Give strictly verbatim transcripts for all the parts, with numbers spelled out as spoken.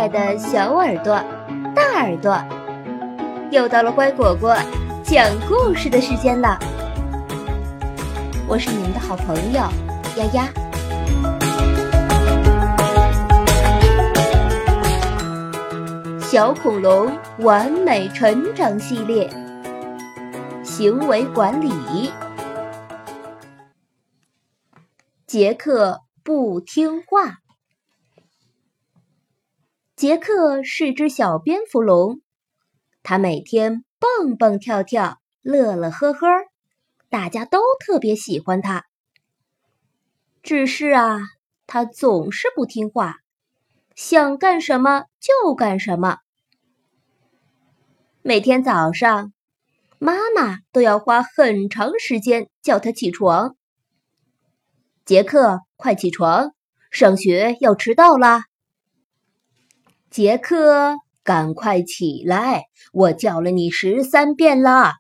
爱的小耳朵、大耳朵，又到了乖果果讲故事的时间了。我是你们的好朋友丫丫。小恐龙完美成长系列，行为管理。杰克不听话。杰克是只小蝙蝠龙，他每天蹦蹦跳跳，乐乐呵呵，大家都特别喜欢他。只是啊，他总是不听话，想干什么就干什么。每天早上，妈妈都要花很长时间叫他起床。杰克，快起床，上学要迟到啦！杰克，赶快起来，我叫了你十三遍啦！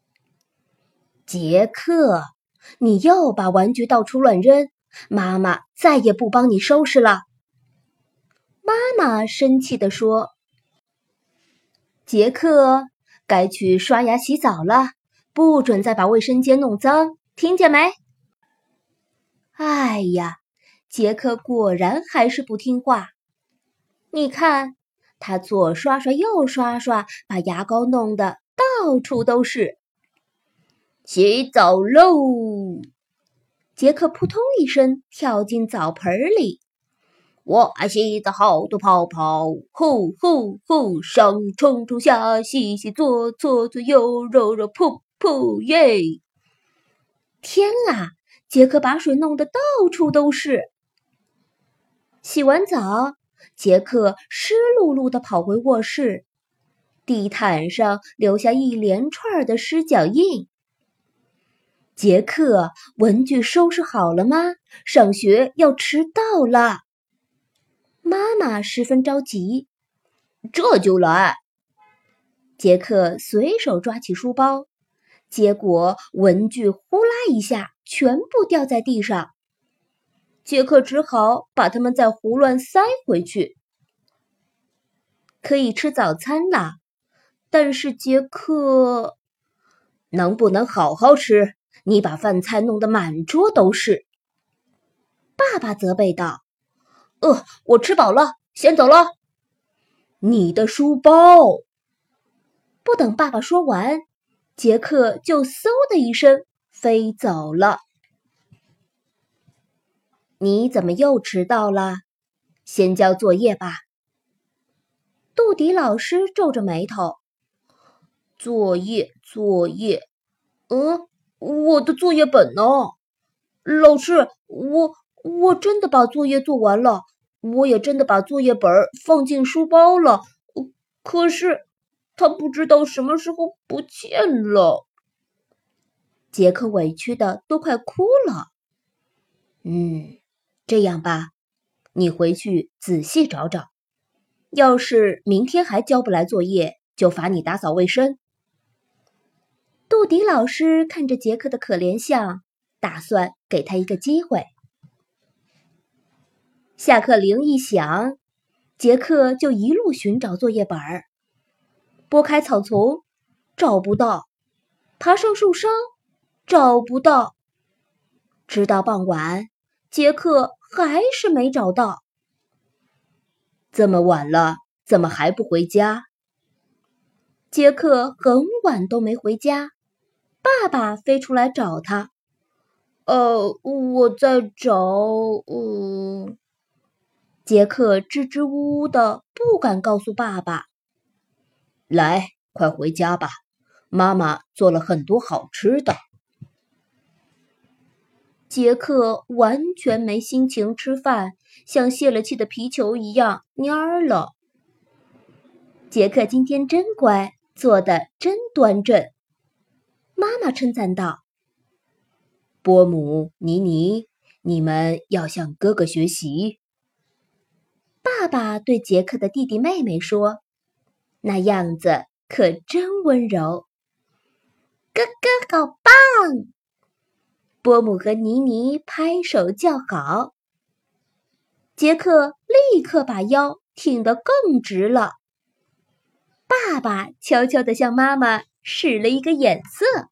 杰克，你又把玩具到处乱扔，妈妈再也不帮你收拾了。妈妈生气地说：杰克，该去刷牙洗澡了，不准再把卫生间弄脏，听见没？哎呀，杰克果然还是不听话。你看，他左刷刷右刷刷，把牙膏弄得到处都是。洗澡喽！杰克扑通一声跳进澡盆里。我爱洗澡，好多泡泡，呼呼呼，上冲冲下洗洗，左搓搓右揉揉，噗噗耶！天啊，杰克把水弄得到处都是。洗完澡，杰克湿漉漉地跑回卧室，地毯上留下一连串的湿脚印。杰克，文具收拾好了吗？上学要迟到了。妈妈十分着急。这就来。杰克随手抓起书包，结果文具呼啦一下全部掉在地上。杰克只好把它们再胡乱塞回去。可以吃早餐了，但是杰克能不能好好吃？你把饭菜弄得满桌都是。爸爸责备道：呃，我吃饱了，先走了。你的书包！不等爸爸说完，杰克就嗖的一声飞走了。你怎么又迟到了？先交作业吧。杜迪老师皱着眉头。作业，作业，嗯，我的作业本呢？老师，我我真的把作业做完了，我也真的把作业本放进书包了，可是他不知道什么时候不见了。杰克委屈的都快哭了。嗯，这样吧，你回去仔细找找，要是明天还交不来作业，就罚你打扫卫生。杜迪老师看着杰克的可怜相，打算给他一个机会。下课铃一响，杰克就一路寻找作业本儿，拨开草丛，找不到；爬上树梢，找不到。直到傍晚，杰克还是没找到。这么晚了，怎么还不回家？杰克很晚都没回家，爸爸飞出来找他。呃，我在找……呃……杰克支支吾吾的，不敢告诉爸爸。来，快回家吧，妈妈做了很多好吃的。杰克完全没心情吃饭，像泄了气的皮球一样蔫儿了。杰克今天真乖，做得真端正。妈妈称赞道：波姆、妮妮，你们要向哥哥学习。爸爸对杰克的弟弟妹妹说，那样子可真温柔。哥哥好棒！波姆和妮妮拍手叫好。杰克立刻把腰挺得更直了。爸爸悄悄地向妈妈使了一个眼色。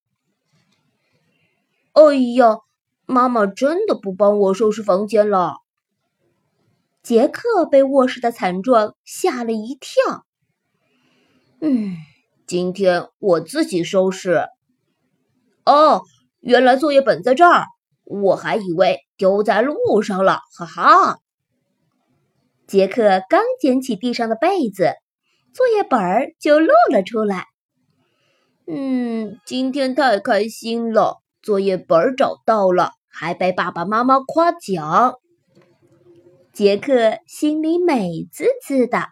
哎呀，妈妈真的不帮我收拾房间了。杰克被卧室的惨状吓了一跳。嗯，今天我自己收拾。哦，原来作业本在这儿，我还以为丢在路上了，哈哈。杰克刚捡起地上的被子，作业本就露了出来。嗯，今天太开心了，作业本找到了，还被爸爸妈妈夸奖。杰克心里美滋滋的。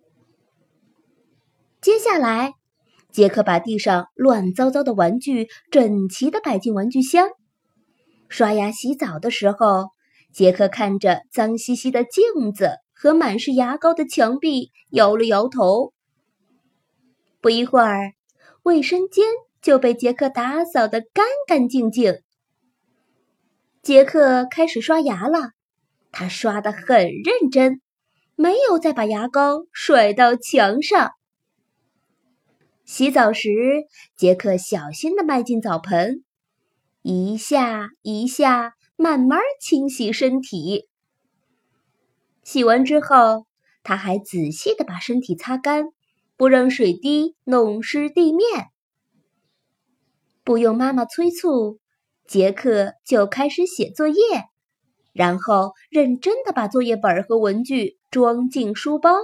接下来，杰克把地上乱糟糟的玩具整齐地摆进玩具箱。刷牙洗澡的时候，杰克看着脏兮兮的镜子和满是牙膏的墙壁，摇了摇头。不一会儿，卫生间就被杰克打扫得干干净净。杰克开始刷牙了，他刷得很认真，没有再把牙膏甩到墙上。洗澡时，杰克小心地迈进澡盆，一下一下慢慢清洗身体。洗完之后，他还仔细地把身体擦干，不让水滴弄湿地面。不用妈妈催促，杰克就开始写作业，然后认真地把作业本和文具装进书包。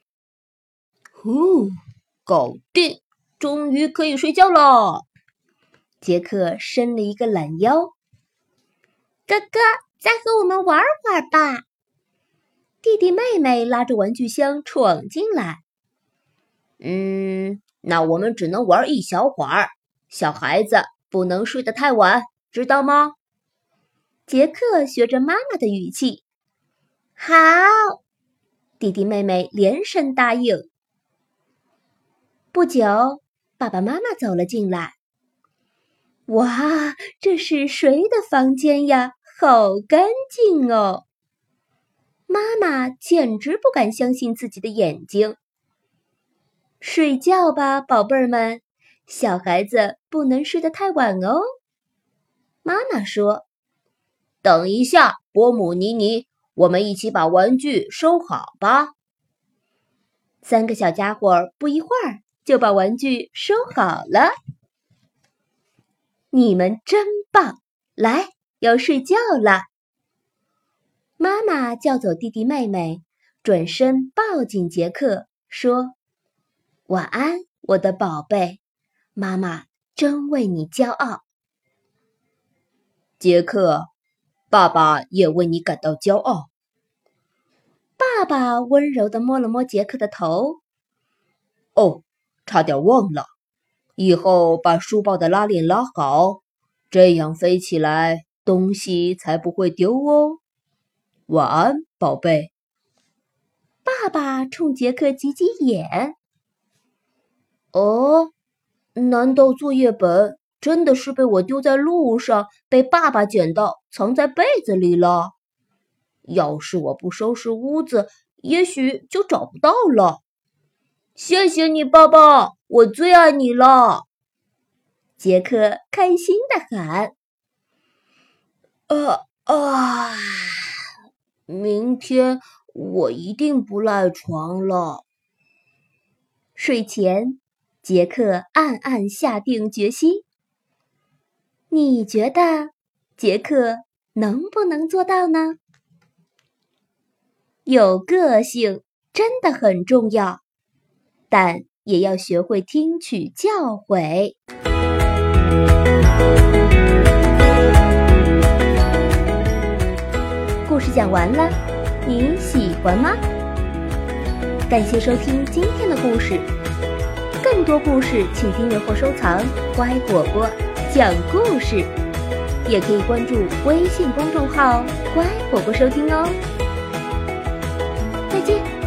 呼，搞定！终于可以睡觉了。杰克伸了一个懒腰。哥哥，再和我们玩会儿吧。弟弟妹妹拉着玩具箱闯进来。嗯，那我们只能玩一小会儿，小孩子不能睡得太晚，知道吗？杰克学着妈妈的语气。好，弟弟妹妹连声答应。不久，爸爸妈妈走了进来。哇，这是谁的房间呀？好干净哦！妈妈简直不敢相信自己的眼睛。睡觉吧，宝贝儿们，小孩子不能睡得太晚哦。妈妈说：“等一下，波姆尼尼，我们一起把玩具收好吧。”三个小家伙不一会儿就把玩具收好了。你们真棒！来，要睡觉了。妈妈叫走弟弟妹妹，转身抱紧杰克，说：“晚安，我的宝贝，妈妈真为你骄傲。”杰克，爸爸也为你感到骄傲。爸爸温柔地摸了摸杰克的头。哦，差点忘了，以后把书包的拉链拉好，这样飞起来东西才不会丢哦。晚安，宝贝。爸爸冲杰克挤挤眼。哦，难道作业本真的是被我丢在路上，被爸爸捡到，藏在被子里了？要是我不收拾屋子，也许就找不到了。谢谢你，爸爸，我最爱你了。杰克开心地喊。啊啊！明天我一定不赖床了。睡前，杰克暗暗下定决心。你觉得杰克能不能做到呢？有个性真的很重要，但也要学会听取教诲。故事讲完了，你喜欢吗？感谢收听今天的故事，更多故事请订阅或收藏乖果果讲故事，也可以关注微信公众号乖果果收听哦。再见。